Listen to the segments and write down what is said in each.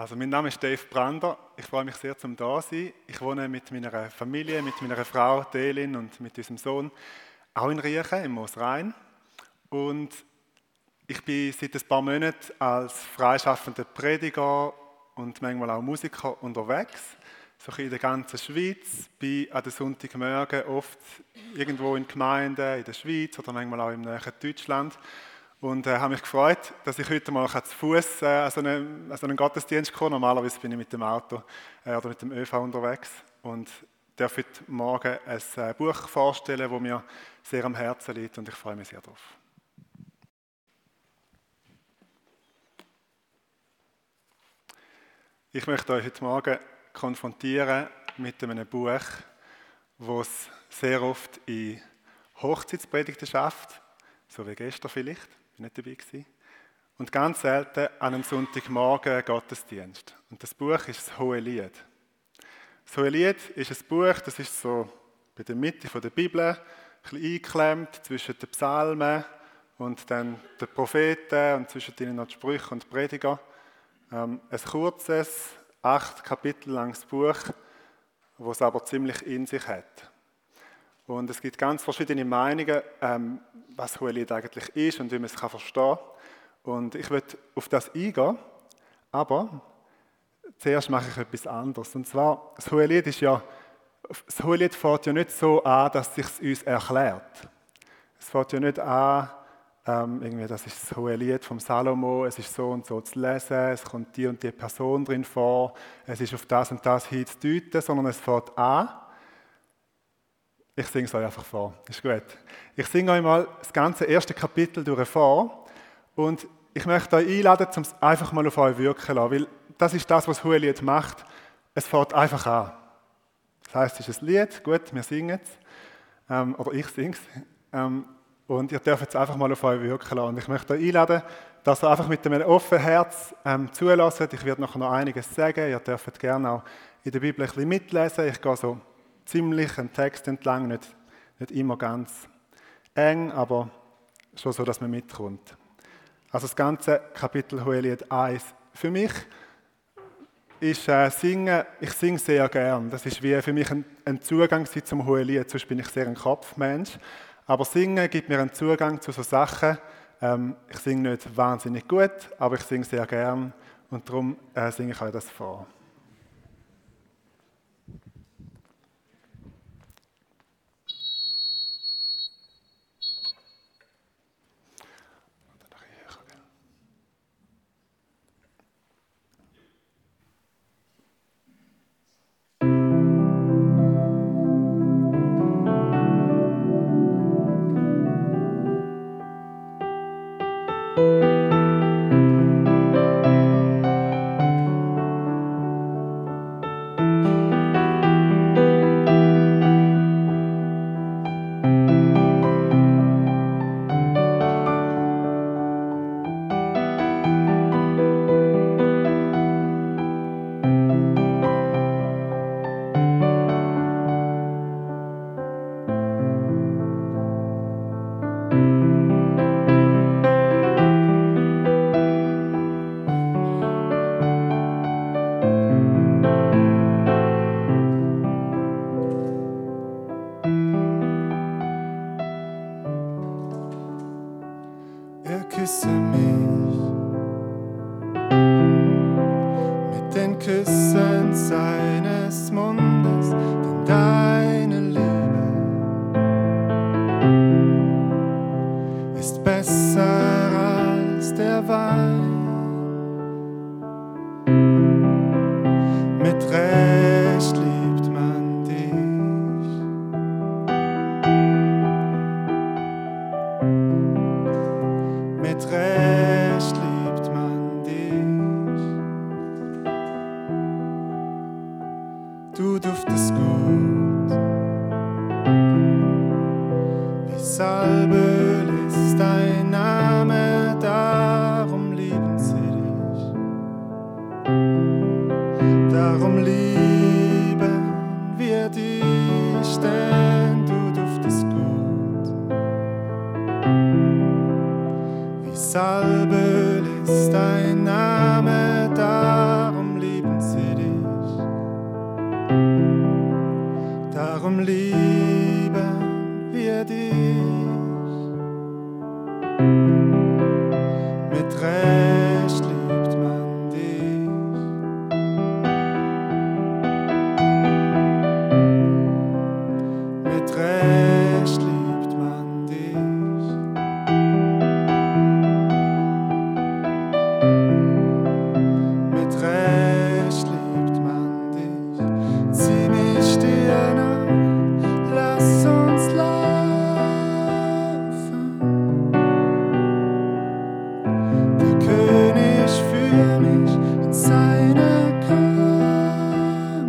Also mein Name ist Dave Brander. Ich freue mich sehr, zum da zu sein. Ich wohne mit meiner Familie, mit meiner Frau Delin und mit unserem Sohn auch in Riechen, im Moosrhein. Und ich bin seit ein paar Monaten als freischaffender Prediger und manchmal auch Musiker unterwegs. So in der ganzen Schweiz, bin an den Sonntagmorgen oft irgendwo in Gemeinden in der Schweiz oder manchmal auch im näheren Deutschland. Und habe mich gefreut, dass ich heute mal zu Fuß an so einen Gottesdienst komme. Normalerweise bin ich mit dem Auto oder mit dem ÖV unterwegs und darf heute Morgen ein Buch vorstellen, das mir sehr am Herzen liegt und ich freue mich sehr darauf. Ich möchte euch heute Morgen konfrontieren mit einem Buch, das es sehr oft in Hochzeitspredigten schafft, so wie gestern vielleicht. Nicht dabei gewesen. Und ganz selten an einem Sonntagmorgen Gottesdienst. Und das Buch ist das Hohelied. Das Hohelied ist ein Buch, das ist so bei der Mitte der Bibel, ein bisschen eingeklemmt zwischen den Psalmen und dann den Propheten und zwischen ihnen noch die Sprüche und die Prediger. Ein kurzes, 8 Kapitel langes Buch, das es aber ziemlich in sich hat. Und es gibt ganz verschiedene Meinungen, was Hohelied eigentlich ist und wie man es verstehen kann. Und ich will auf das eingehen, aber zuerst mache ich etwas anderes. Und zwar, das Hohelied fängt ja nicht so an, dass es sich uns erklärt. Es fängt ja nicht an, das ist das Hohelied vom Salomo, es ist so und so zu lesen, es kommt die und die Person drin vor, es ist auf das und das hin zu deuten, sondern es fängt an. Ich singe es euch einfach vor, ist gut. Ich singe euch mal das ganze erste Kapitel durch vor und ich möchte euch einladen, um es einfach mal auf euch wirken zu lassen, weil das ist das, was Hohelied macht. Es fängt einfach an. Das heisst, es ist ein Lied, gut, wir singen es, oder ich singe es, und ihr dürft es einfach mal auf euch wirken lassen. Und ich möchte euch einladen, dass ihr einfach mit einem offenen Herz zulässt. Ich werde nachher noch einiges sagen, ihr dürft gerne auch in der Bibel ein bisschen mitlesen. Ich gehe so ziemlich einen Text entlang, nicht immer ganz eng, aber schon so, dass man mitkommt. Also das ganze Kapitel Hohelied 1. Für mich ist Singen, ich singe sehr gern. Das ist wie für mich ein Zugang zum Hohelied, sonst bin ich sehr ein Kopfmensch. Aber Singen gibt mir einen Zugang zu so Sachen. Ich singe nicht wahnsinnig gut, aber ich singe sehr gern und darum singe ich euch das vor. Darum lieben wir dich. Mit Recht liebt man dich. Mit Recht liebt man dich. Mit Recht liebt man dich. Zieh mich dir nach, lass uns laufen. Der König für mich in seine Kammer.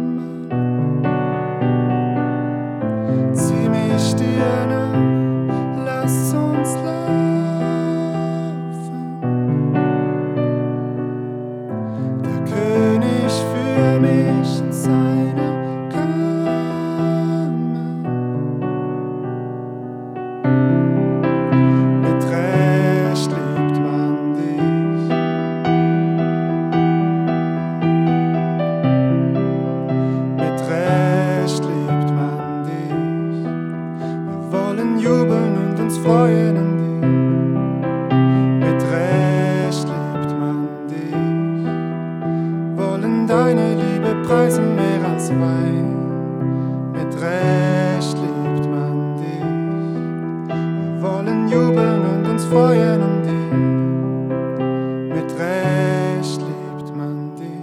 Zieh mich dir nach, lass uns laufen. Der König für mich in seine Kammer. Mit Recht liebt man dich. Mit Recht liebt man dich. Wir wollen jubeln und uns freuen an dir. Mit Recht liebt man dich. Wollen deine Liebe preisen mehr als Wein. Mit Recht liebt man dich. Wir wollen jubeln und uns freuen an dir. Mit Recht liebt man dich.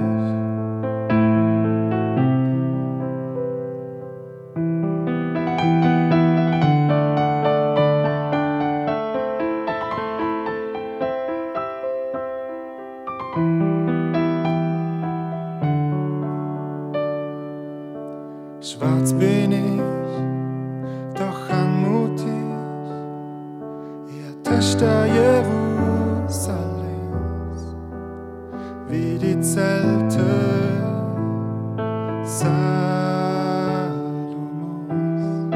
Schwarz bin ich, doch anmutig, ihr Töchter Jerusalems, wie die Zelte Salomos.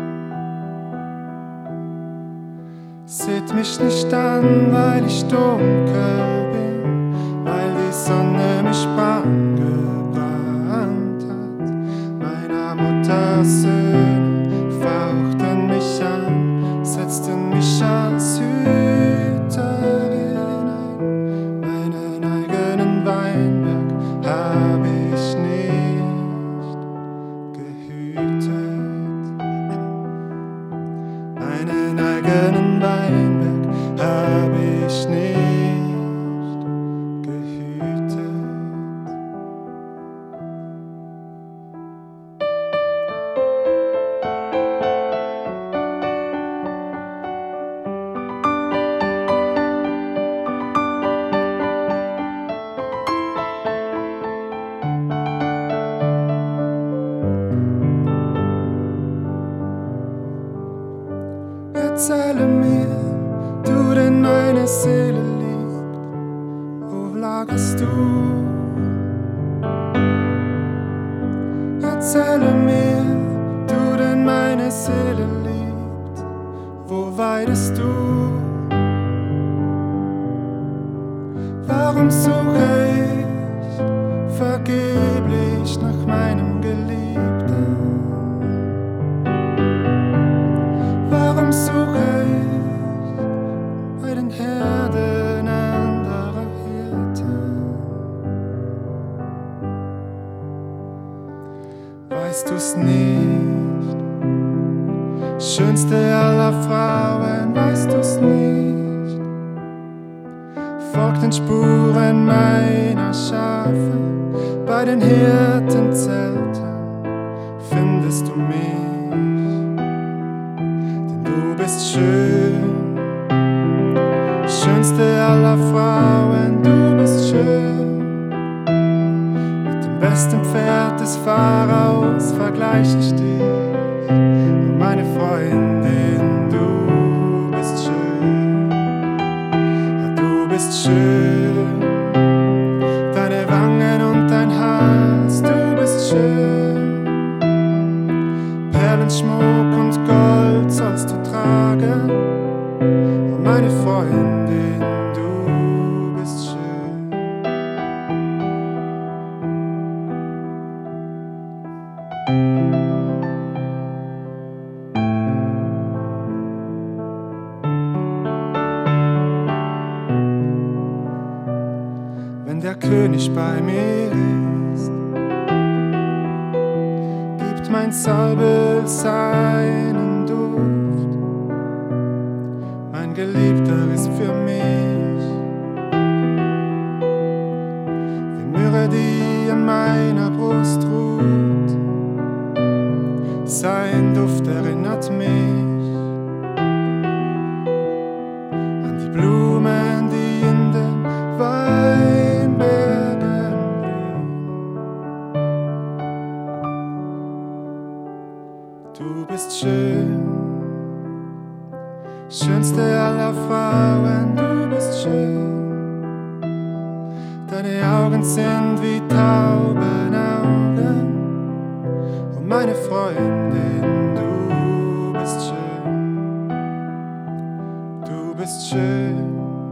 Seht mich nicht an, weil ich dunkel bin, weil die Sonne mich braun gebrannt hat. Meiner Mutter Söhne fauchten mich an, setzten mich als Hüterin ein. Meinen eigenen Weinberg hab ich nicht gehütet. Meinen eigenen Weinberg hab ich nicht gehütet. Erzähle mir, du, denn meine Seele liebt, wo lagerst du? Erzähle mir, du, denn meine Seele liebt, wo weidest du? Warum suche ich vergeblich nach meinem Geliebten? Warum suche ich bei den Herden anderer Hirten? Weißt du's nicht? Schönste aller Frauen, weißt du's nicht? Folg den Spuren meiner Schafe, bei den Hirtenzelten findest du mich. Du bist schön, schönste aller Frauen, du bist schön. Mit dem besten Pferd des Pharaos vergleich ich dich, meine Freundin, du bist schön. Ja, du bist schön, deine Wangen und dein Hals, du bist schön. Perlenschmuck und Gold sollst du tragen, oh meine Freundin, du bist schön. bei mir ist, gibt mein Salböl seinen Duft. Mein Geliebter ist für mich wie Myrrhe, die an meiner Brust ruht. Sein Duft erinnert mich an die Blumen, die in den Weinbergen blühen. Du bist schön, schönste aller Frauen, du bist schön. Deine Augen sind wie Taubenaugen. Und meine Freundin, du bist schön. Du bist schön.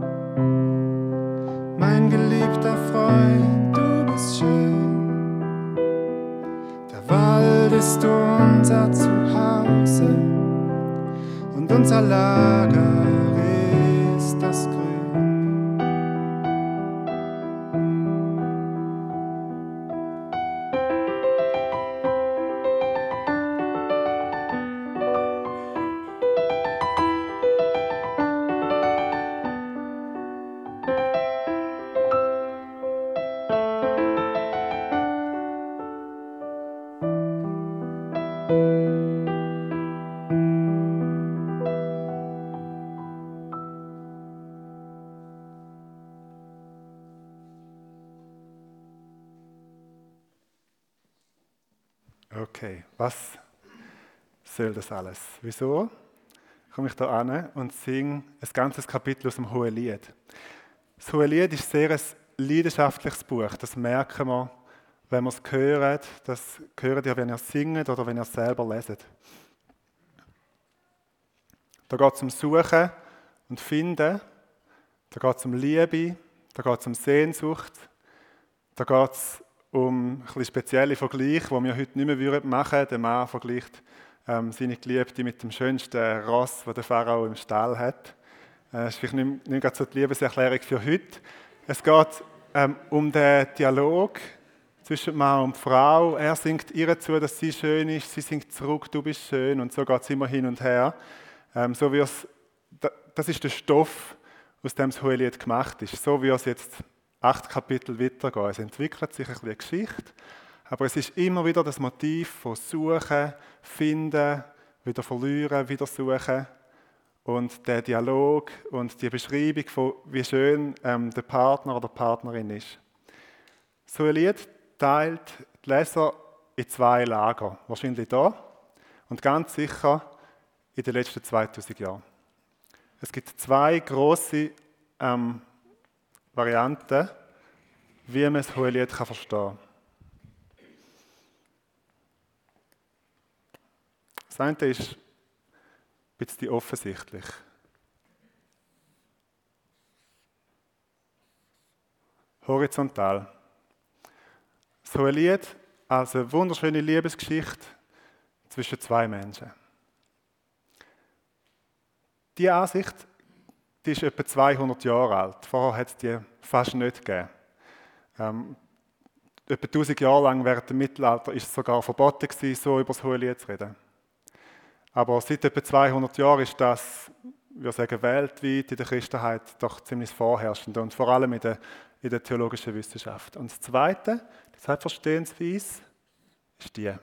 Mein geliebter Freund, du bist schön. Der Wald ist unser Zuhause und unser Lager ist das Grün. Okay, was soll das alles? Wieso komme ich da an und singe ein ganzes Kapitel aus dem Hohelied? Das Hohelied ist sehr ein leidenschaftliches Buch. Das merken wir, wenn wir es hören. Das hören ihr, wenn ihr singt oder wenn ihr es selber leset. Da geht es um Suchen und Finden. Da geht es um Liebe. Da geht es um Sehnsucht. Da geht es um ein bisschen spezielle Vergleiche, die wir heute nicht mehr machen würden. Der Mann vergleicht seine Geliebte mit dem schönsten Ross, das der Pharao im Stall hat. Das ist vielleicht nicht gerade so die Liebeserklärung für heute. Es geht um den Dialog zwischen Mann und Frau. Er singt ihr zu, dass sie schön ist. Sie singt zurück, du bist schön. Und so geht es immer hin und her. So wie das ist der Stoff, aus dem das Hohelied gemacht ist. So wie es jetzt 8 Kapitel weitergehen. Es entwickelt sich ein bisschen eine Geschichte, aber es ist immer wieder das Motiv von Suchen, Finden, wieder verlieren, wieder suchen und der Dialog und die Beschreibung von wie schön der Partner oder die Partnerin ist. So ein Lied teilt die Leser in 2 Lager, wahrscheinlich da und ganz sicher in den letzten 2000 Jahren. Es gibt 2 grosse Varianten, wie man das Hohelied verstehen kann. Das eine ist ein bisschen offensichtlich. Horizontal. Das Hohelied als eine wunderschöne Liebesgeschichte zwischen 2 Menschen. Die Ansicht, die ist etwa 200 Jahre alt. Vorher hat es die fast nicht gegeben. Etwa 1000 Jahre lang während dem Mittelalter ist es sogar verboten gewesen, so über das Hohelied zu reden. Aber seit etwa 200 Jahren ist das, ich würde sagen, weltweit in der Christenheit doch ziemlich vorherrschend und vor allem in der theologischen Wissenschaft. Und das Zweite, die Zeitverstehensweise, ist die.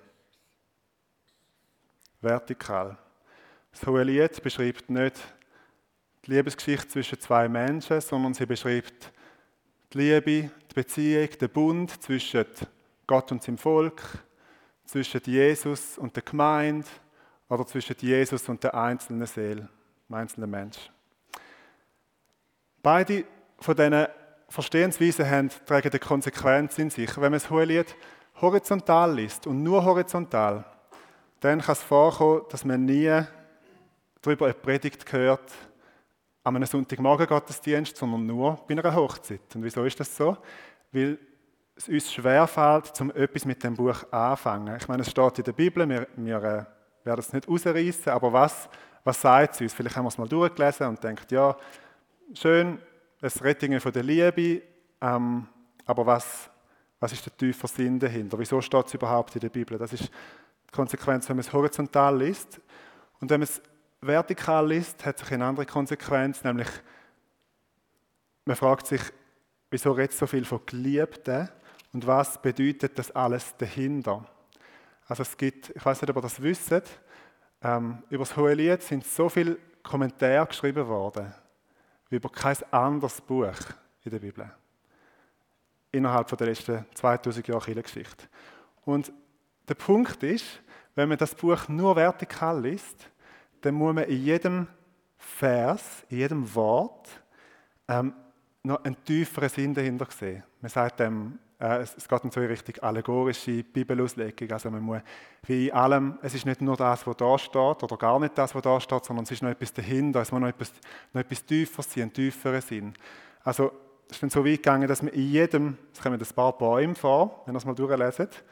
Vertikal. Das Hohelied beschreibt nicht die Liebesgeschichte zwischen 2 Menschen, sondern sie beschreibt die Liebe, die Beziehung, den Bund zwischen Gott und seinem Volk, zwischen Jesus und der Gemeinde oder zwischen Jesus und der einzelnen Seele, dem einzelnen Mensch. Beide von diesen Verstehensweisen tragen die Konsequenz in sich. Wenn man das Hohelied horizontal liest und nur horizontal, dann kann es vorkommen, dass man nie darüber eine Predigt hört, an einem Sonntagmorgen-Gottesdienst, sondern nur bei einer Hochzeit. Und wieso ist das so? Weil es uns schwerfällt, etwas mit dem Buch anzufangen. Ich meine, es steht in der Bibel, wir werden es nicht rausreißen, aber was sagt es uns? Vielleicht haben wir es mal durchgelesen und denken, ja, schön, es Rettungen von der Liebe, aber was Was ist der tiefe Sinn dahinter? Wieso steht es überhaupt in der Bibel? Das ist die Konsequenz, wenn man es horizontal liest. Und wenn man es vertikal liest, hat sich eine andere Konsequenz, nämlich man fragt sich, wieso redet so viel von Geliebten und was bedeutet das alles dahinter? Also es gibt, ich weiß nicht, ob ihr das wisst, über das Hohelied sind so viele Kommentare geschrieben worden, wie über kein anderes Buch in der Bibel. Innerhalb der letzten 2000 Jahre Kirchengeschichte. Und der Punkt ist, wenn man das Buch nur vertikal liest, dann muss man in jedem Vers, in jedem Wort noch einen tieferen Sinn dahinter sehen. Man sagt dem, es geht in so eine Richtung allegorische Bibelauslegung. Also man muss wie in allem, es ist nicht nur das, was da steht, oder gar nicht das, was da steht, sondern es ist noch etwas dahinter, es muss noch etwas tiefer sein, einen tieferen Sinn. Also es ist dann so weit gegangen, dass man in jedem, es kommen ein paar Bäume vor, wenn ihr es mal durchlest.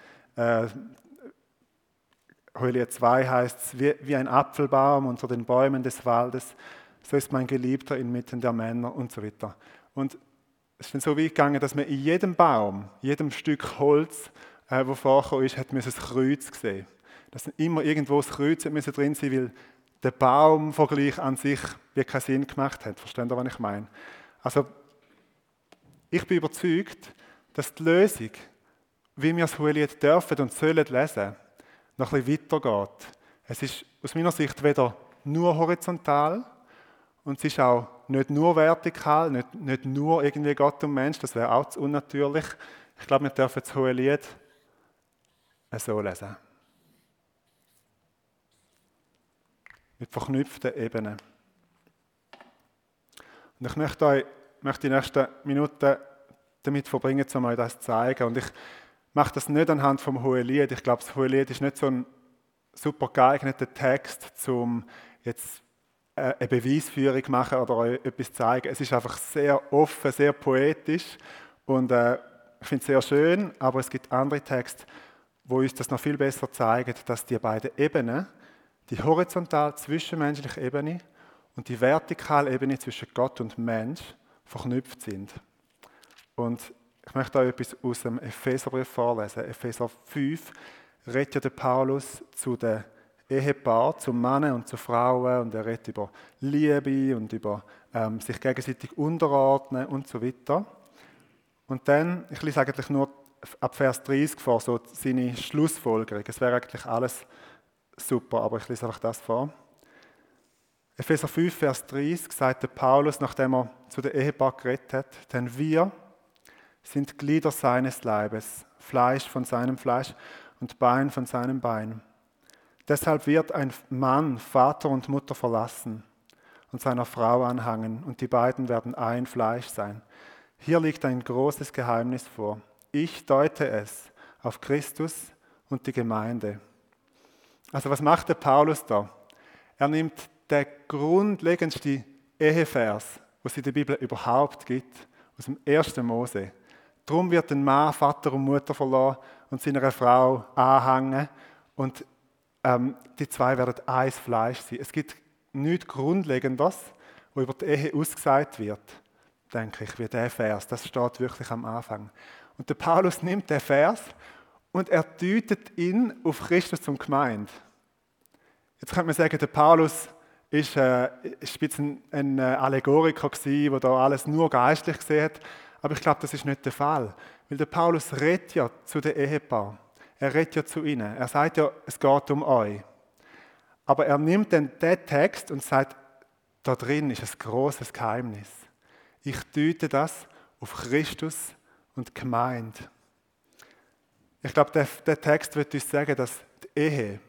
Hohelied 2 heißt es, wie ein Apfelbaum unter den Bäumen des Waldes, so ist mein Geliebter inmitten der Männer und so weiter. Und es ist dann so weit gegangen, dass man in jedem Baum, jedem Stück Holz, das vorgekommen ist, hat man ein Kreuz gesehen. Dass immer irgendwo das Kreuz drin sein, weil der Baumvergleich an sich wie keinen Sinn gemacht hat. Versteht ihr, was ich meine? Also, ich bin überzeugt, dass die Lösung, wie wir das Hohelied dürfen und sollen lesen, noch ein bisschen weitergeht. Es ist aus meiner Sicht weder nur horizontal und es ist auch nicht nur vertikal, nicht nur irgendwie Gott und Mensch, das wäre auch zu unnatürlich. Ich glaube, wir dürfen das Hohelied so lesen. Mit verknüpften Ebenen. Und ich möchte die nächsten Minuten damit verbringen, um euch das zu zeigen. Und ich mache das nicht anhand vom Hohelied. Ich glaube, das Hohelied ist nicht so ein super geeigneter Text, um jetzt eine Beweisführung zu machen oder euch etwas zu zeigen. Es ist einfach sehr offen, sehr poetisch und ich finde es sehr schön, aber es gibt andere Texte, die uns das noch viel besser zeigen, dass die beiden Ebenen, die horizontal zwischenmenschliche Ebene und die vertikale Ebene zwischen Gott und Mensch, verknüpft sind. Und ich möchte euch etwas aus dem Epheserbrief vorlesen. Epheser 5 redet ja der Paulus zu den Ehepaaren, zu Männern und zu Frauen, und er redet über Liebe und über sich gegenseitig unterordnen und so weiter. Und dann, ich lese eigentlich nur ab Vers 30 vor, so seine Schlussfolgerung. Es wäre eigentlich alles super, aber ich lese einfach das vor. Epheser 5, Vers 30 sagt der Paulus, nachdem er zu den Ehepaaren geredet hat, denn wir sind Glieder seines Leibes, Fleisch von seinem Fleisch und Bein von seinem Bein. Deshalb wird ein Mann Vater und Mutter verlassen und seiner Frau anhangen, und die beiden werden ein Fleisch sein. Hier liegt ein großes Geheimnis vor. Ich deute es auf Christus und die Gemeinde. Also was macht der Paulus da? Er nimmt den grundlegendsten Ehevers, was es in der Bibel überhaupt gibt, aus dem 1. Mose. Darum wird ein Mann Vater und Mutter verlassen und seiner Frau anhängen, und die zwei werden ein Fleisch sein. Es gibt nichts Grundlegendes, was über die Ehe ausgesagt wird, denke ich, wie der Vers. Das steht wirklich am Anfang. Und der Paulus nimmt den Vers und er deutet ihn auf Christus zum Gemeinde. Jetzt könnte man sagen, der Paulus ist ein Allegoriker gewesen, der da alles nur geistlich gesehen hat. Aber ich glaube, das ist nicht der Fall. Weil der Paulus redet ja zu den Ehepaaren. Er redet ja zu ihnen. Er sagt ja, es geht um euch. Aber er nimmt dann den Text und sagt, da drin ist ein grosses Geheimnis. Ich deute das auf Christus und die Gemeinde. Ich glaube, der Text wird uns sagen, dass die Ehe,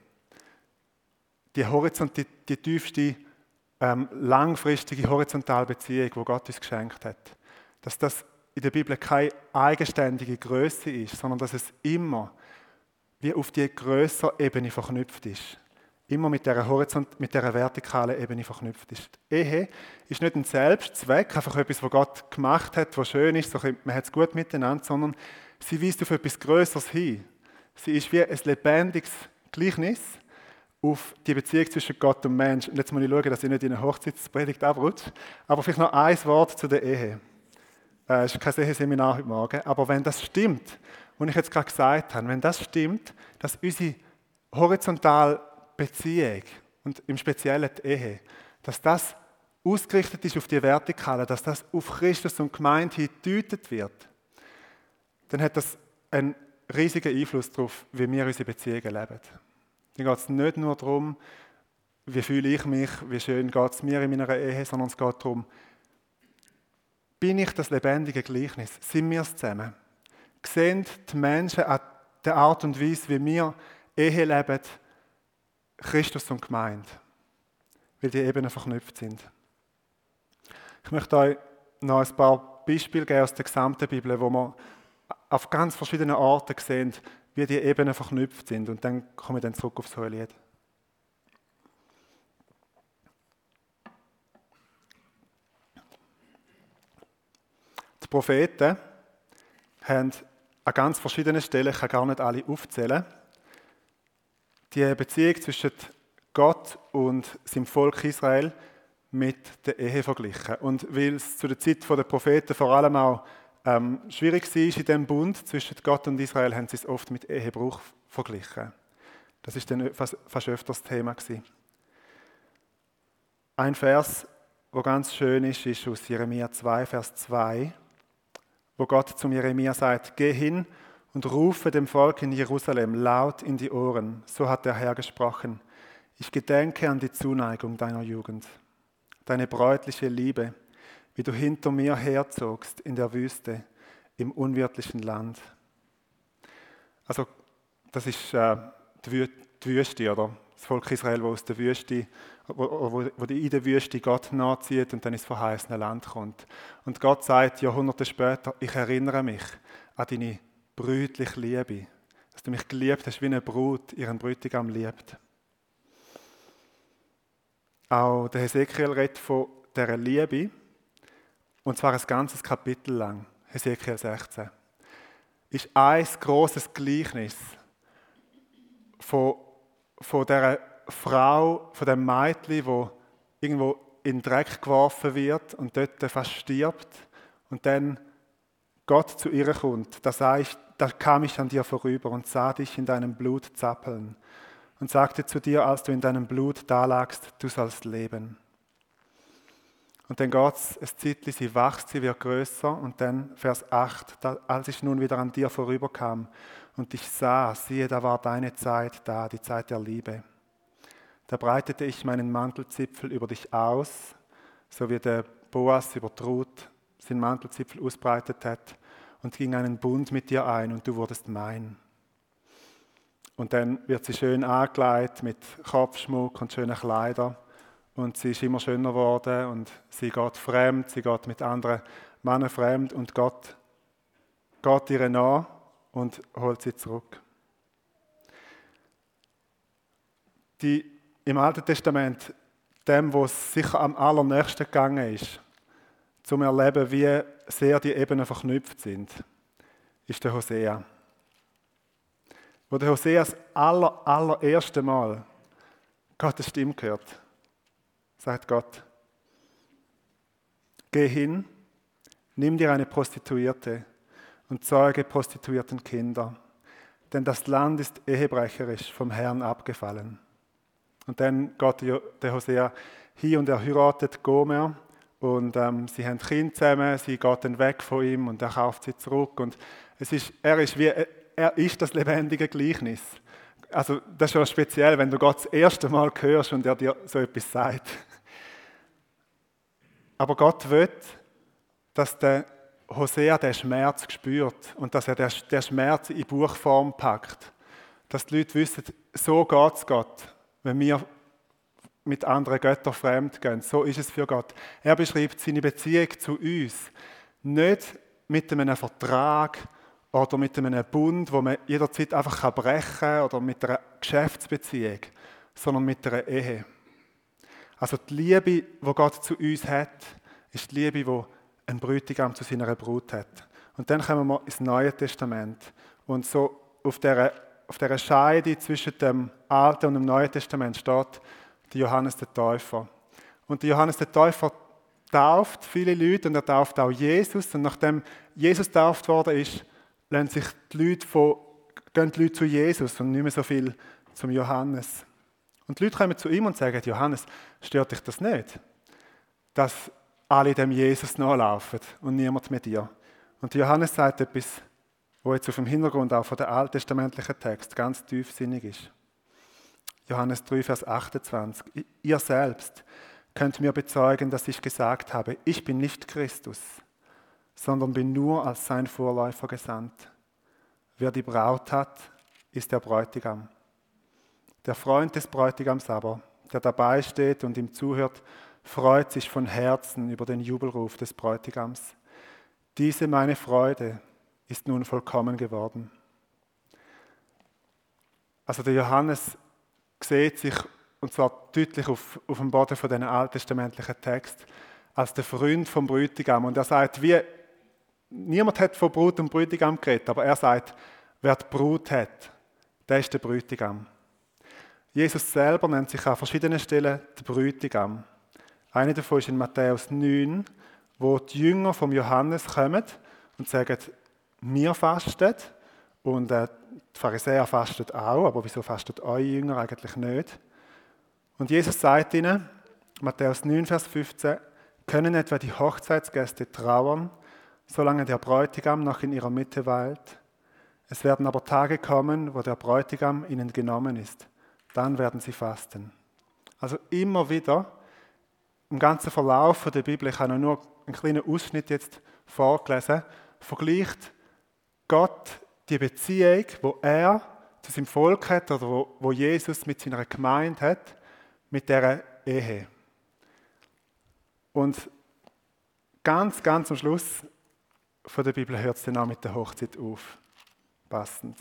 die tiefste, langfristige horizontale Beziehung, die Gott uns geschenkt hat, dass das in der Bibel keine eigenständige Größe ist, sondern dass es immer wie auf die grössere Ebene verknüpft ist. Immer mit dieser vertikalen Ebene verknüpft ist. Die Ehe ist nicht ein Selbstzweck, einfach etwas, was Gott gemacht hat, was schön ist, so man hat es gut miteinander, sondern sie weist auf etwas Größeres hin. Sie ist wie ein lebendiges Gleichnis auf die Beziehung zwischen Gott und Mensch. Und jetzt muss ich schauen, dass ich nicht in eine Hochzeitspredigt abrutsche. Aber vielleicht noch ein Wort zu der Ehe. Es ist kein Eheseminar heute Morgen, aber wenn das stimmt, was ich jetzt gerade gesagt habe, wenn das stimmt, dass unsere horizontale Beziehung und im Speziellen die Ehe, dass das ausgerichtet ist auf die Vertikale, dass das auf Christus und Gemeinde hin gedeutet wird, dann hat das einen riesigen Einfluss darauf, wie wir unsere Beziehungen leben. Dann geht es nicht nur darum, wie fühle ich mich, wie schön geht es mir in meiner Ehe, sondern es geht darum, bin ich das lebendige Gleichnis? Sind wir es zusammen? Sehen die Menschen an der Art und Weise, wie wir Ehe leben, Christus und Gemeinde? Weil die Ebenen verknüpft sind. Ich möchte euch noch ein paar Beispiele geben aus der gesamten Bibel, wo wir auf ganz verschiedenen Orten sehen, wie die Ebenen verknüpft sind. Und dann komme ich dann zurück aufs Hohelied. Die Propheten haben an ganz verschiedenen Stellen, ich kann gar nicht alle aufzählen, die Beziehung zwischen Gott und seinem Volk Israel mit der Ehe verglichen. Und weil es zu der Zeit der Propheten vor allem auch schwierig war in diesem Bund zwischen Gott und Israel, haben sie es oft mit Ehebruch verglichen. Das ist dann fast öfters Thema gewesen. Ein Vers, der ganz schön ist, ist aus Jeremia 2, Vers 2, wo Gott zum Jeremia sagt: Geh hin und rufe dem Volk in Jerusalem laut in die Ohren. So hat der Herr gesprochen. Ich gedenke an die Zuneigung deiner Jugend, deine bräutliche Liebe, wie du hinter mir herzogst in der Wüste, im unwirtlichen Land. Also, das ist die Wüste, oder? Das Volk Israel, das aus der Wüste, wo in der Wüste Gott nachzieht und dann ins verheißene Land kommt. Und Gott sagt Jahrhunderte später: Ich erinnere mich an deine brütliche Liebe, dass du mich geliebt hast, wie eine Brut ihren Bräutigam liebt. Auch der Hesekiel redet von dieser Liebe, und zwar ein ganzes Kapitel lang, Hesekiel 16. Ist ein grosses Gleichnis von dieser Frau, von dem Mädchen, wo irgendwo in den Dreck geworfen wird und dort fast stirbt und dann Gott zu ihr kommt. Da kam ich an dir vorüber und sah dich in deinem Blut zappeln und sagte zu dir, als du in deinem Blut dalagst, du sollst leben. Und dann geht es ein Zeitchen, sie wächst, sie wird grösser, und dann Vers 8, als ich nun wieder an dir vorüberkam und dich sah, siehe, da war deine Zeit da, die Zeit der Liebe. Da breitete ich meinen Mantelzipfel über dich aus, so wie der Boas über die Ruth seinen Mantelzipfel ausbreitet hat, und ging einen Bund mit dir ein, und du wurdest mein. Und dann wird sie schön angelegt mit Kopfschmuck und schönen Kleidern. Und sie ist immer schöner geworden und sie geht fremd, sie geht mit anderen Männern fremd und Gott geht ihr nach und holt sie zurück. Im Alten Testament, dem, wo es sicher am allernächsten gegangen ist, zum Erleben, wie sehr die Ebenen verknüpft sind, ist der Hosea. Wo der Hosea das allererste Mal Gottes Stimme hört, sagt Gott: Geh hin, nimm dir eine Prostituierte und zeuge prostituierten Kinder, denn das Land ist ehebrecherisch vom Herrn abgefallen. Und dann geht der Hosea hin und er heiratet Gomer und sie haben Kinder zusammen, sie geht dann weg von ihm und er kauft sie zurück. Und er ist das lebendige Gleichnis. Also das ist schon speziell, wenn du Gott das erste Mal hörst und er dir so etwas sagt. Aber Gott will, dass der Hosea den Schmerz spürt und dass er den Schmerz in Buchform packt. Dass die Leute wissen, so geht es Gott, wenn wir mit anderen Göttern fremd gehen. So ist es für Gott. Er beschreibt seine Beziehung zu uns nicht mit einem Vertrag oder mit einem Bund, wo man jederzeit einfach brechen kann, oder mit einer Geschäftsbeziehung, sondern mit einer Ehe. Also die Liebe, die Gott zu uns hat, ist die Liebe, die ein Bräutigam zu seiner Brut hat. Und dann kommen wir ins Neue Testament. Und so auf dieser Scheide zwischen dem Alten und dem Neuen Testament steht der Johannes der Täufer. Und der Johannes der Täufer tauft viele Leute und er tauft auch Jesus. Und nachdem Jesus getauft worden ist, gehen die Leute zu Jesus und nicht mehr so viel zum Johannes. Und die Leute kommen zu ihm und sagen, Johannes, stört dich das nicht, dass alle dem Jesus nachlaufen und niemand mit dir? Und Johannes sagt etwas, wo jetzt auf dem Hintergrund auch von der alttestamentlichen Text ganz tiefsinnig ist. Johannes 3, Vers 28. Ihr selbst könnt mir bezeugen, dass ich gesagt habe, ich bin nicht Christus, sondern bin nur als sein Vorläufer gesandt. Wer die Braut hat, ist der Bräutigam. Der Freund des Bräutigams aber, der dabei steht und ihm zuhört, freut sich von Herzen über den Jubelruf des Bräutigams. Diese meine Freude ist nun vollkommen geworden. Also der Johannes sieht sich, und zwar deutlich auf dem Boden von diesen alttestamentlichen Text, als der Freund vom Bräutigam. Und er sagt, niemand hat von Brut und Bräutigam geredet, aber er sagt, wer die Brut hat, der ist der Bräutigam. Jesus selber nennt sich an verschiedenen Stellen der Bräutigam. Eine davon ist in Matthäus 9, wo die Jünger vom Johannes kommen und sagen, wir fasten und die Pharisäer fasten auch, aber wieso fasten eure Jünger eigentlich nicht? Und Jesus sagt ihnen, Matthäus 9, Vers 15, können etwa die Hochzeitsgäste trauern, solange der Bräutigam noch in ihrer Mitte weilt? Es werden aber Tage kommen, wo der Bräutigam ihnen genommen ist. Dann werden sie fasten. Also immer wieder, im ganzen Verlauf der Bibel, ich habe nur einen kleinen Ausschnitt jetzt vorgelesen, vergleicht Gott die Beziehung, die er zu seinem Volk hat oder wo Jesus mit seiner Gemeinde hat, mit dieser Ehe. Und ganz am Schluss von der Bibel hört es dann auch mit der Hochzeit auf. Passend.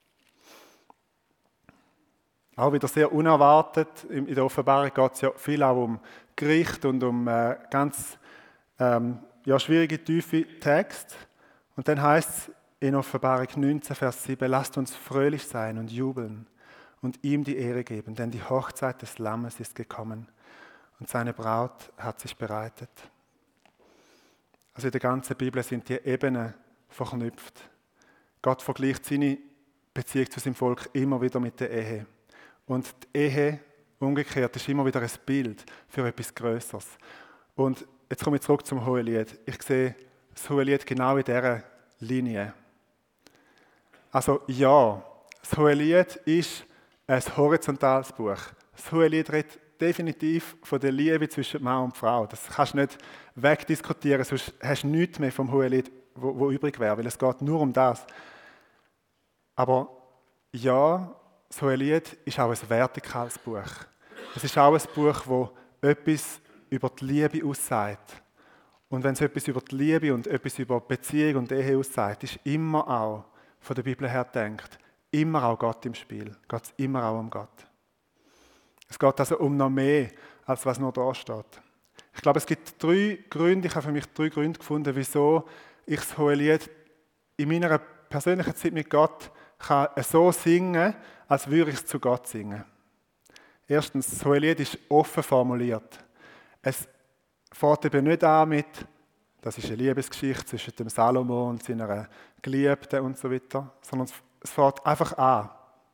Auch wieder sehr unerwartet. In der Offenbarung geht es ja viel auch um Gericht und um ganz schwierige, tiefe Texte. Und dann heißt es in Offenbarung 19, Vers 7, lasst uns fröhlich sein und jubeln und ihm die Ehre geben, denn die Hochzeit des Lammes ist gekommen und seine Braut hat sich bereitet. Also in der ganzen Bibel sind die Ebenen verknüpft. Gott vergleicht seine Beziehung zu seinem Volk immer wieder mit der Ehe. Und die Ehe, umgekehrt, ist immer wieder ein Bild für etwas Größeres. Und jetzt komme ich zurück zum Hohelied. Ich sehe das Hohelied genau in dieser Linie. Also ja, das Hohelied ist ein horizontales Buch. Das Hohelied redet definitiv von der Liebe zwischen Mann und Frau. Das kannst du nicht wegdiskutieren, sonst hast du nichts mehr vom Hohelied, wo übrig wäre, weil es geht nur um das. Aber ja, das Hohelied ist auch ein vertikales Buch. Es ist auch ein Buch, das etwas über die Liebe aussagt. Und wenn es etwas über die Liebe und etwas über Beziehung und Ehe aussagt, ist immer auch, von der Bibel her denkt, immer auch Gott im Spiel. Geht es immer auch um Gott. Es geht also um noch mehr, als was nur da steht. Ich glaube, es gibt 3 Gründe, ich habe für mich 3 Gründe gefunden, wieso ich das Hohelied in meiner persönlichen Zeit mit Gott kann so singen, als würde ich es zu Gott singen. Erstens, das Hohelied ist offen formuliert. Es fängt eben nicht an mit, das ist eine Liebesgeschichte zwischen dem Salomo und seiner Geliebten und so weiter, sondern es fängt einfach an.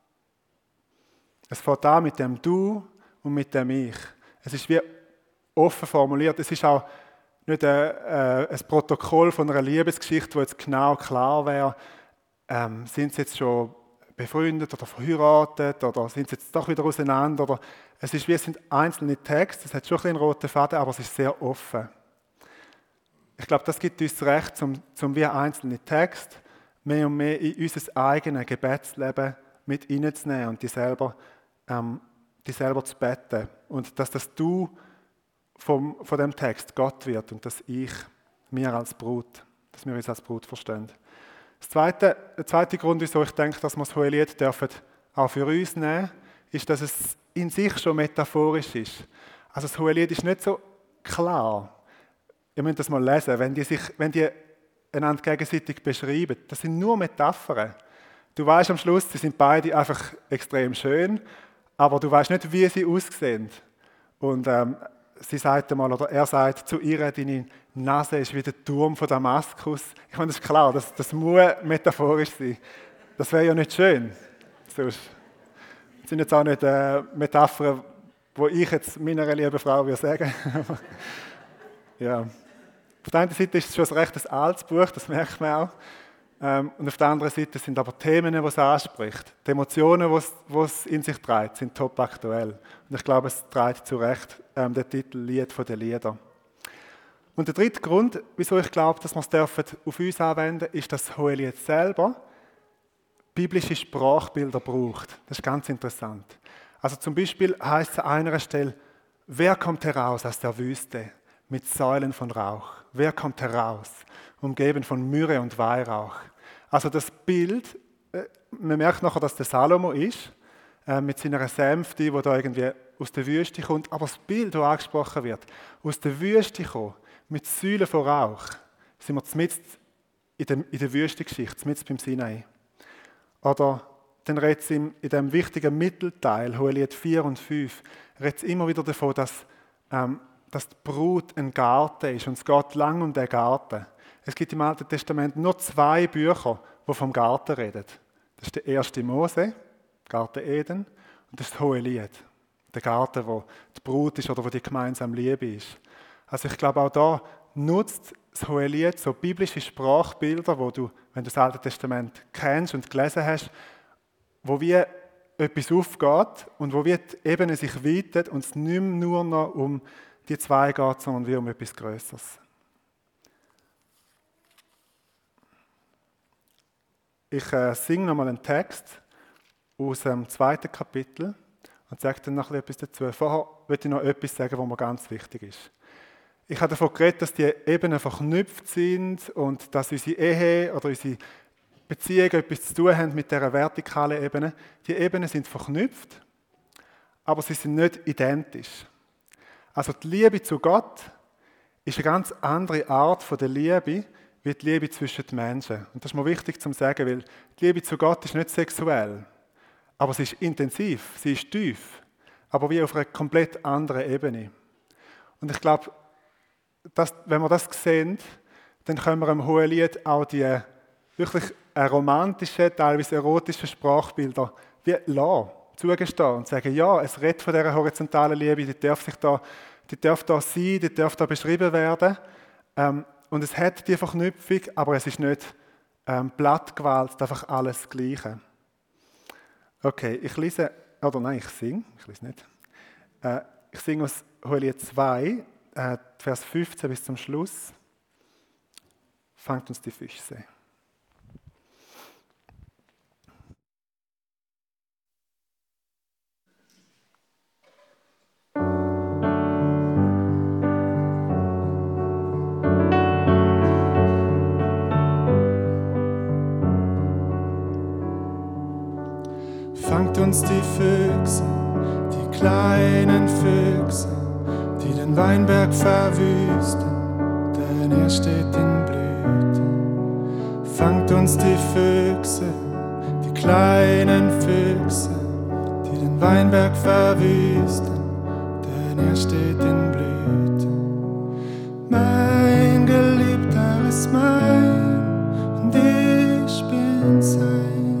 Es fängt an mit dem Du und mit dem Ich. Es ist wie offen formuliert. Es ist auch nicht ein Protokoll von einer Liebesgeschichte, wo jetzt genau klar wäre, sind sie jetzt schon befreundet oder verheiratet oder sind sie jetzt doch wieder auseinander. Oder es sind einzelne Texte, es hat schon einen roten Faden, aber es ist sehr offen. Ich glaube, das gibt uns Recht, zum wie einzelne Texte mehr und mehr in unser eigenes Gebetsleben mit reinzunehmen und die selber zu beten. Und dass das Du von dem Text Gott wird und dass wir uns als Brut verstehen. Der zweite Grund, wieso ich denke, dass wir das Hohelied auch für uns nehmen dürfen, ist, dass es in sich schon metaphorisch ist. Also das Hohelied ist nicht so klar. Ihr müsst das mal lesen, wenn die einander gegenseitig beschreiben. Das sind nur Metaphern. Du weißt am Schluss, sie sind beide einfach extrem schön, aber du weißt nicht, wie sie aussehen. Und das sie sagt einmal, oder er sagt zu ihr, deine Nase ist wie der Turm von Damaskus. Ich meine, das ist klar, das muss metaphorisch sein. Das wäre ja nicht schön. Sonst sind jetzt auch nicht Metaphern, die ich jetzt meiner lieben Frau würde sagen. Ja. Auf der einen Seite ist es schon ein recht altes Buch, das merkt man auch. Und auf der anderen Seite sind aber Themen, die es anspricht. Die Emotionen, die es in sich trägt, sind top aktuell. Und ich glaube, es trägt zu Recht den Titel Lied von den Liedern. Und der dritte Grund, wieso ich glaube, dass wir es auf uns anwenden dürfen, ist, dass das Hohelied selber biblische Sprachbilder braucht. Das ist ganz interessant. Also zum Beispiel heißt es an einer Stelle, wer kommt heraus aus der Wüste mit Säulen von Rauch? Wer kommt heraus, umgeben von Myrrhe und Weihrauch? Also das Bild, man merkt nachher, dass der Salomo ist, mit seiner Sänfte, die da irgendwie aus der Wüste kommt. Aber das Bild, das angesprochen wird, aus der Wüste kommen, mit Säulen von Rauch, sind wir mitten in der Wüstengeschichte, mitten beim Sinai. Oder dann redet es in diesem wichtigen Mittelteil, Hohelied 4 und 5, redet es immer wieder davon, dass die Brut ein Garten ist und es geht lang um den Garten. Es gibt im Alten Testament nur 2 Bücher, die vom Garten reden. Das ist der 1. Mose, Garten Eden, und das ist das Hohelied, der Garten, wo die Brut ist oder wo die gemeinsame Liebe ist. Also ich glaube, auch da nutzt das Hohelied so biblische Sprachbilder, wo du, wenn du das Alte Testament kennst und gelesen hast, wo wie etwas aufgeht und wo wie die Ebene sich weitet und es nicht mehr nur noch um die 2 geht, sondern wie um etwas Größeres. Ich singe nochmal einen Text aus dem 2. Kapitel und sage dann noch etwas dazu. Vorher möchte ich noch etwas sagen, was mir ganz wichtig ist. Ich habe davon geredet, dass die Ebenen verknüpft sind und dass unsere Ehe oder unsere Beziehungen etwas zu tun haben mit dieser vertikalen Ebene. Die Ebenen sind verknüpft, aber sie sind nicht identisch. Also die Liebe zu Gott ist eine ganz andere Art von der Liebe, wie die Liebe zwischen den Menschen. Und das ist mir wichtig zu sagen, weil die Liebe zu Gott ist nicht sexuell, aber sie ist intensiv, sie ist tief, aber wie auf einer komplett anderen Ebene. Und ich glaube, wenn wir das sehen, dann können wir im Hohelied auch die wirklich romantischen, teilweise erotischen Sprachbilder wie zugestehen und sagen, ja, es redet von dieser horizontalen Liebe, die darf da sein, die darf da beschrieben werden. Und es hat die Verknüpfung, aber es ist nicht plattgewalzt, einfach alles Gleiche. Okay, ich singe, ich lese nicht. Ich singe aus Hohelied 2, Vers 15 bis zum Schluss. Fangt uns die Füße. Fangt uns die Füchse, die kleinen Füchse, die den Weinberg verwüsten, denn er steht in Blüte. Fangt uns die Füchse, die kleinen Füchse, die den Weinberg verwüsten, denn er steht in Blüte. Mein Geliebter ist mein und ich bin sein.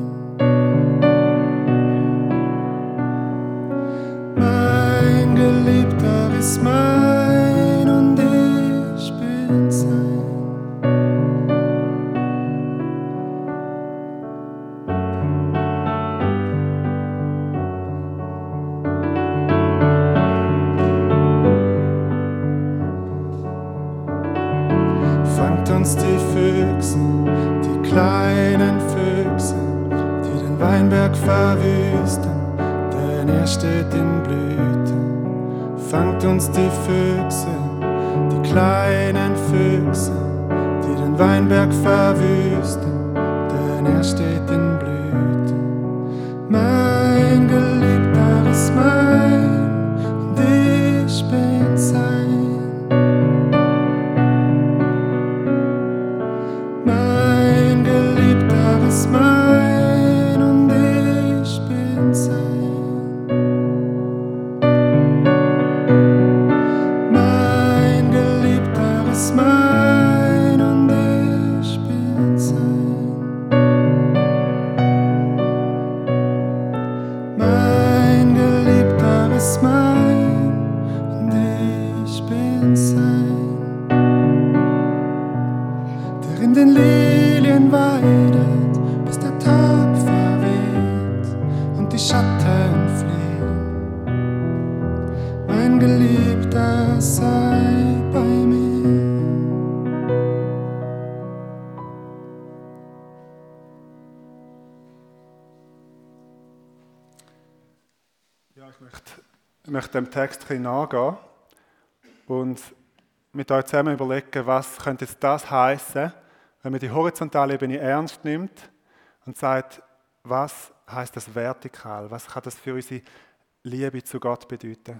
Ist mein und ich bin sein. Fangt uns die Füchse, die kleinen Füchse, die den Weinberg verwüsten, denn er steht in Blüte. Fangt uns die Füchse, die kleinen Füchse, die den Weinberg verwüsten, denn er steht in Blüte. Mein Geliebter ist mein und ich bin sein. Mein Geliebter ist mein und ich bin sein. mein Geliebter, sei bei mir. Ja, ich möchte dem Text ein bisschen nachgehen und mit euch zusammen überlegen, was könnte jetzt das heißen, wenn man die horizontale Ebene ernst nimmt und sagt, was heißt das vertikal? Was kann das für unsere Liebe zu Gott bedeuten?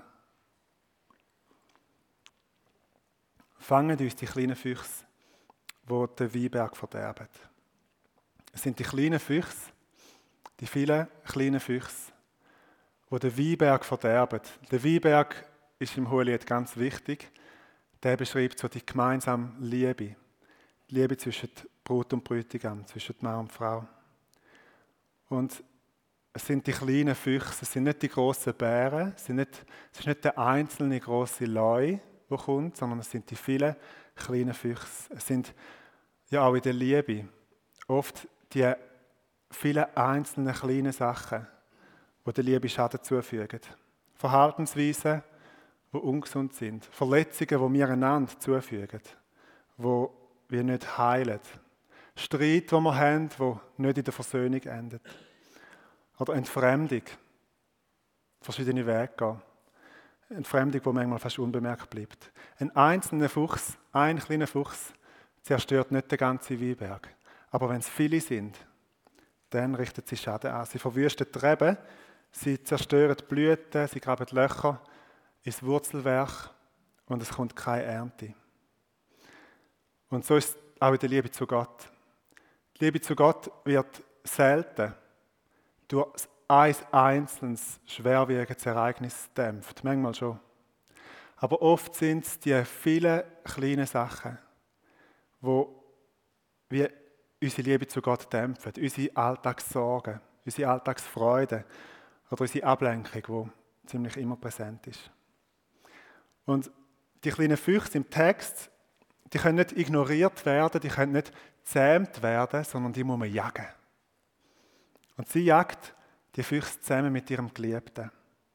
Fangen uns die kleinen Füchse, die den Weinberg verderben. Es sind die kleinen Füchse, die vielen kleinen Füchse, die den Weinberg verderben. Der Weinberg ist im Hohelied ganz wichtig. Der beschreibt so die gemeinsame Liebe. Die Liebe zwischen Brut und Bräutigam, zwischen Mann und Frau. Und es sind die kleinen Füchse, es sind nicht die grossen Bären, es ist nicht der einzelne grosse Leu, der kommt, sondern es sind die vielen kleinen Füchse. Es sind ja auch in der Liebe oft die vielen einzelnen kleinen Sachen, die der Liebe Schaden zufügen. Verhaltensweisen, die ungesund sind. Verletzungen, die wir einander zufügen, die wir nicht heilen. Streit, den wir haben, der nicht in der Versöhnung endet. Oder Entfremdung. Verschiedene Wege gehen. Entfremdung, die manchmal fast unbemerkt bleibt. Ein einzelner Fuchs, ein kleiner Fuchs, zerstört nicht den ganzen Weinberg. Aber wenn es viele sind, dann richtet sie Schaden an. Sie verwüsten die Reben, sie zerstören die Blüten, sie graben Löcher ins Wurzelwerk und es kommt keine Ernte. Und so ist es auch in der Liebe zu Gott. Die Liebe zu Gott wird selten durch ein einzelnes, schwerwiegendes Ereignis dämpft. Manchmal schon. Aber oft sind es die vielen kleinen Sachen, wo wir unsere Liebe zu Gott dämpfen. Unsere Alltagssorgen, unsere Alltagsfreude oder unsere Ablenkung, die ziemlich immer präsent ist. Und die kleinen Füchse im Text, die können nicht ignoriert werden, die können nicht gezähmt werden, sondern die muss man jagen. Und sie jagt die Füchse zusammen mit ihrem Geliebten.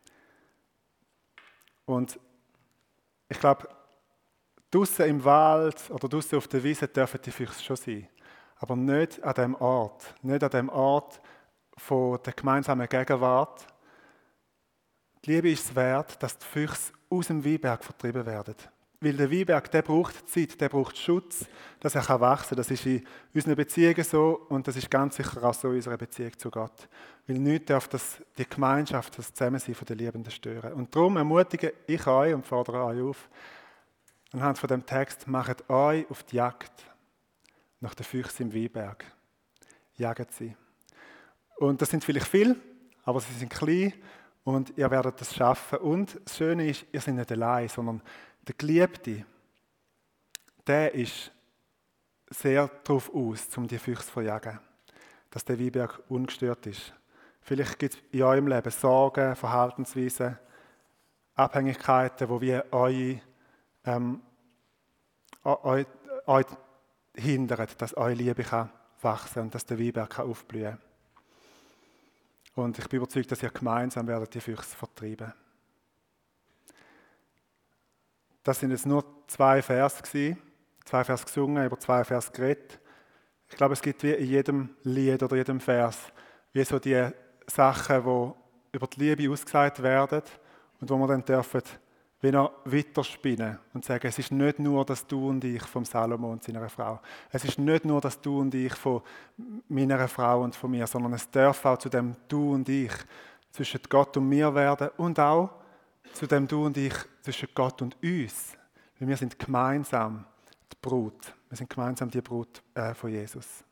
Und ich glaube, draussen im Wald oder draussen auf der Wiese dürfen die Füchse schon sein. Aber nicht an dem Ort. Nicht an dem Ort von der gemeinsamen Gegenwart. Die Liebe ist es wert, dass die Füchse aus dem Weinberg vertrieben werden. Weil der Weinberg, der braucht Zeit, der braucht Schutz, dass er wachsen kann. Das ist in unseren Beziehungen so und das ist ganz sicher auch so in unserer Beziehung zu Gott. Weil nichts darf die Gemeinschaft, das Zusammensein der Liebenden stören. Und darum ermutige ich euch und fordere euch auf, anhand von dem Text, macht euch auf die Jagd nach den Füchsen im Weinberg. Jagt sie. Und das sind vielleicht viele, aber sie sind klein und ihr werdet das schaffen. Und das Schöne ist, ihr seid nicht allein, sondern der Geliebte, der ist sehr darauf aus, um die Füchse zu verjagen, dass der Weinberg ungestört ist. Vielleicht gibt es in eurem Leben Sorgen, Verhaltensweisen, Abhängigkeiten, wo wir euch hindern, dass eure Liebe wachsen kann und dass der Weinberg aufblühen kann. Und ich bin überzeugt, dass ihr gemeinsam werdet die Füchse vertreiben. Das sind jetzt nur 2 Verse gewesen, 2 Verse gesungen, über 2 Verse geredet. Ich glaube, es gibt wie in jedem Lied oder jedem Vers wie so die Sachen, die über die Liebe ausgesagt werden und wo wir dann dürfen wie noch weiterspinnen und sagen, es ist nicht nur das Du und ich vom Salomo und seiner Frau. Es ist nicht nur das Du und ich von meiner Frau und von mir, sondern es darf auch zu dem Du und ich zwischen Gott und mir werden und auch zu dem Du und ich zwischen Gott und uns. Weil wir sind gemeinsam die Brut. Wir sind gemeinsam die Brut von Jesus.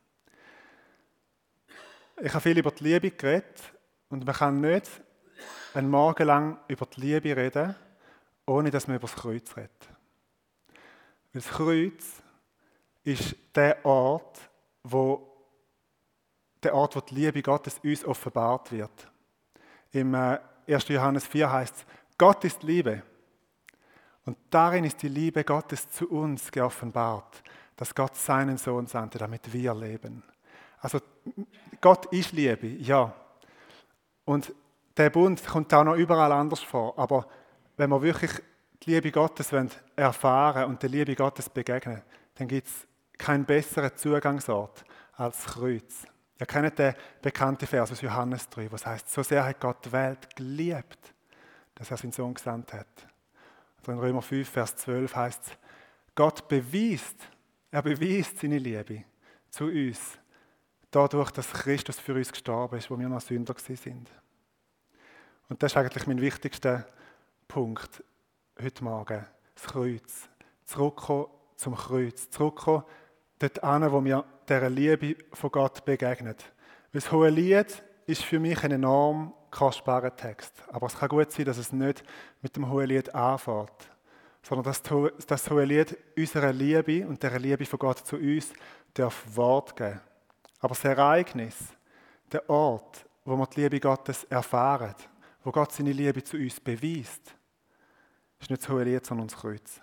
Ich habe viel über die Liebe geredet und man kann nicht einen Morgen lang über die Liebe reden, ohne dass man über das Kreuz redet. Weil das Kreuz ist der Ort, wo die Liebe Gottes uns offenbart wird. Im 1. Johannes 4 heißt es, Gott ist Liebe. Und darin ist die Liebe Gottes zu uns geoffenbart, dass Gott seinen Sohn sandte, damit wir leben. Also Gott ist Liebe, ja. Und der Bund kommt auch noch überall anders vor, aber wenn wir wirklich die Liebe Gottes erfahren und der Liebe Gottes begegnen, dann gibt es keinen besseren Zugangsort als das Kreuz. Ihr kennt den bekannten Vers aus Johannes 3, was heißt: So sehr hat Gott die Welt geliebt, dass er seinen Sohn gesandt hat. Oder in Römer 5, Vers 12 heißt es: Gott beweist seine Liebe zu uns, dadurch, dass Christus für uns gestorben ist, wo wir noch Sünder sind. Und das ist eigentlich mein wichtigster Punkt heute Morgen: das Kreuz. Zurückkommen zum Kreuz. Zurückkommen dort an, wo wir dieser Liebe von Gott begegnen. Weil das Hohelied ist für mich ein enorm kostbarer Text. Aber es kann gut sein, dass es nicht mit dem Hohelied anfängt, sondern dass das Hohelied unserer Liebe und der Liebe von Gott zu uns darf Wort geben. Aber das Ereignis, der Ort, wo wir die Liebe Gottes erfahren, wo Gott seine Liebe zu uns beweist, ist nicht das Hohelied, sondern das Kreuz.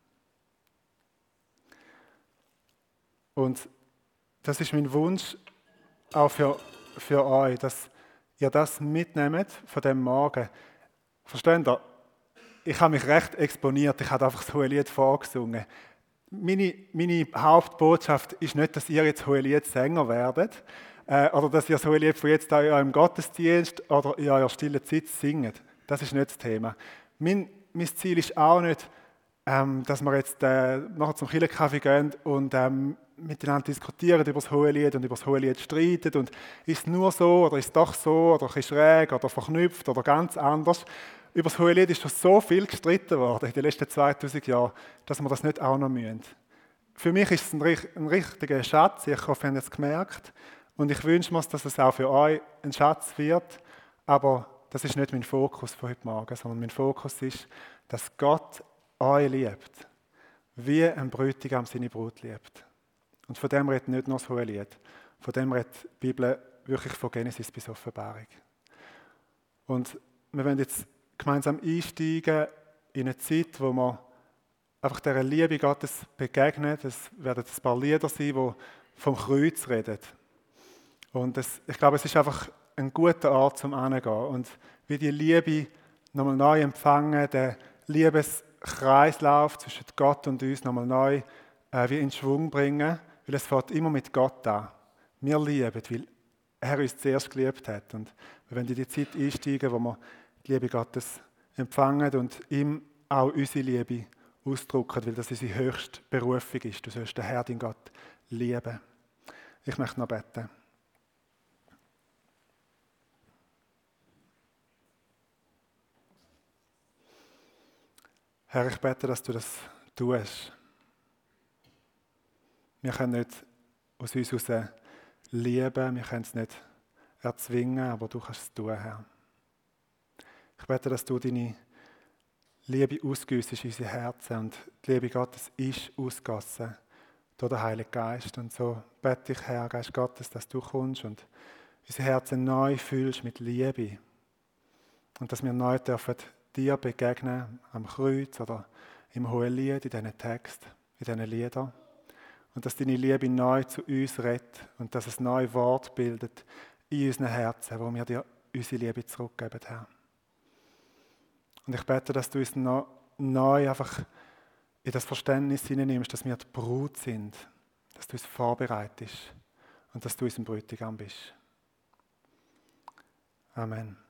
Und das ist mein Wunsch auch für euch, dass ihr das mitnehmt von dem Morgen. Versteht ihr? Ich habe mich recht exponiert, ich habe einfach das Hohelied vorgesungen. Meine Hauptbotschaft ist nicht, dass ihr jetzt Hohelied-Sänger werdet oder dass ihr das Hohelied von jetzt an in eurem Gottesdienst oder in eurer stillen Zeit singt. Das ist nicht das Thema. Mein Ziel ist auch nicht, dass wir jetzt nachher zum Kirchenkaffee gehen und miteinander diskutieren über das Hohelied und über das Hohelied streiten und ist es nur so oder ist es doch so oder ein bisschen schräg oder verknüpft oder ganz anders. Über das Hohelied ist schon so viel gestritten worden in den letzten 2000 Jahren, dass wir das nicht auch noch müssen. Für mich ist es ein richtiger Schatz, ich hoffe, ihr habt es gemerkt. Und ich wünsche mir, dass es auch für euch ein Schatz wird. Aber das ist nicht mein Fokus von heute Morgen, sondern mein Fokus ist, dass Gott euch liebt, wie ein Bräutigam seine Brut liebt. Und von dem redet nicht nur das Hohelied, von dem redet die Bibel wirklich von Genesis bis Offenbarung. Und wir wollen jetzt gemeinsam einsteigen in eine Zeit, wo wir einfach dieser Liebe Gottes begegnen. Es werden ein paar Lieder sein, die vom Kreuz reden. Und ich glaube, es ist einfach ein guter Ort zum Hingehen und wie die Liebe nochmal neu empfangen, den Liebeskreislauf zwischen Gott und uns nochmal neu wie in Schwung bringen, weil es fängt immer mit Gott an. Wir lieben, weil er uns zuerst geliebt hat. Und wir wollen in die Zeit einsteigen, wo wir die Liebe Gottes empfangen und ihm auch unsere Liebe ausdrücken, weil das unsere höchste Berufung ist. Du sollst den Herrn, deinen Gott, lieben. Ich möchte noch beten. Herr, ich bete, dass du das tust. Wir können nicht aus uns heraus lieben, wir können es nicht erzwingen, aber du kannst es tun, Herr. Ich bete, dass du deine Liebe ausgüssest in unsere Herzen und die Liebe Gottes ist ausgegossen durch den Heiligen Geist. Und so bete ich, Herr, Geist Gottes, dass du kommst und unsere Herzen neu füllst mit Liebe. Und dass wir neu dürfen dir begegnen, am Kreuz oder im Hohelied, in diesen Text, in diesen Liedern. Und dass deine Liebe neu zu uns redet und dass es neue Wort bildet in unseren Herzen, wo wir dir unsere Liebe zurückgeben, Herr. Und ich bete, dass du uns noch neu einfach in das Verständnis hineinnimmst, dass wir die Brut sind, dass du uns vorbereitest und dass du unser Bräutigam bist. Amen.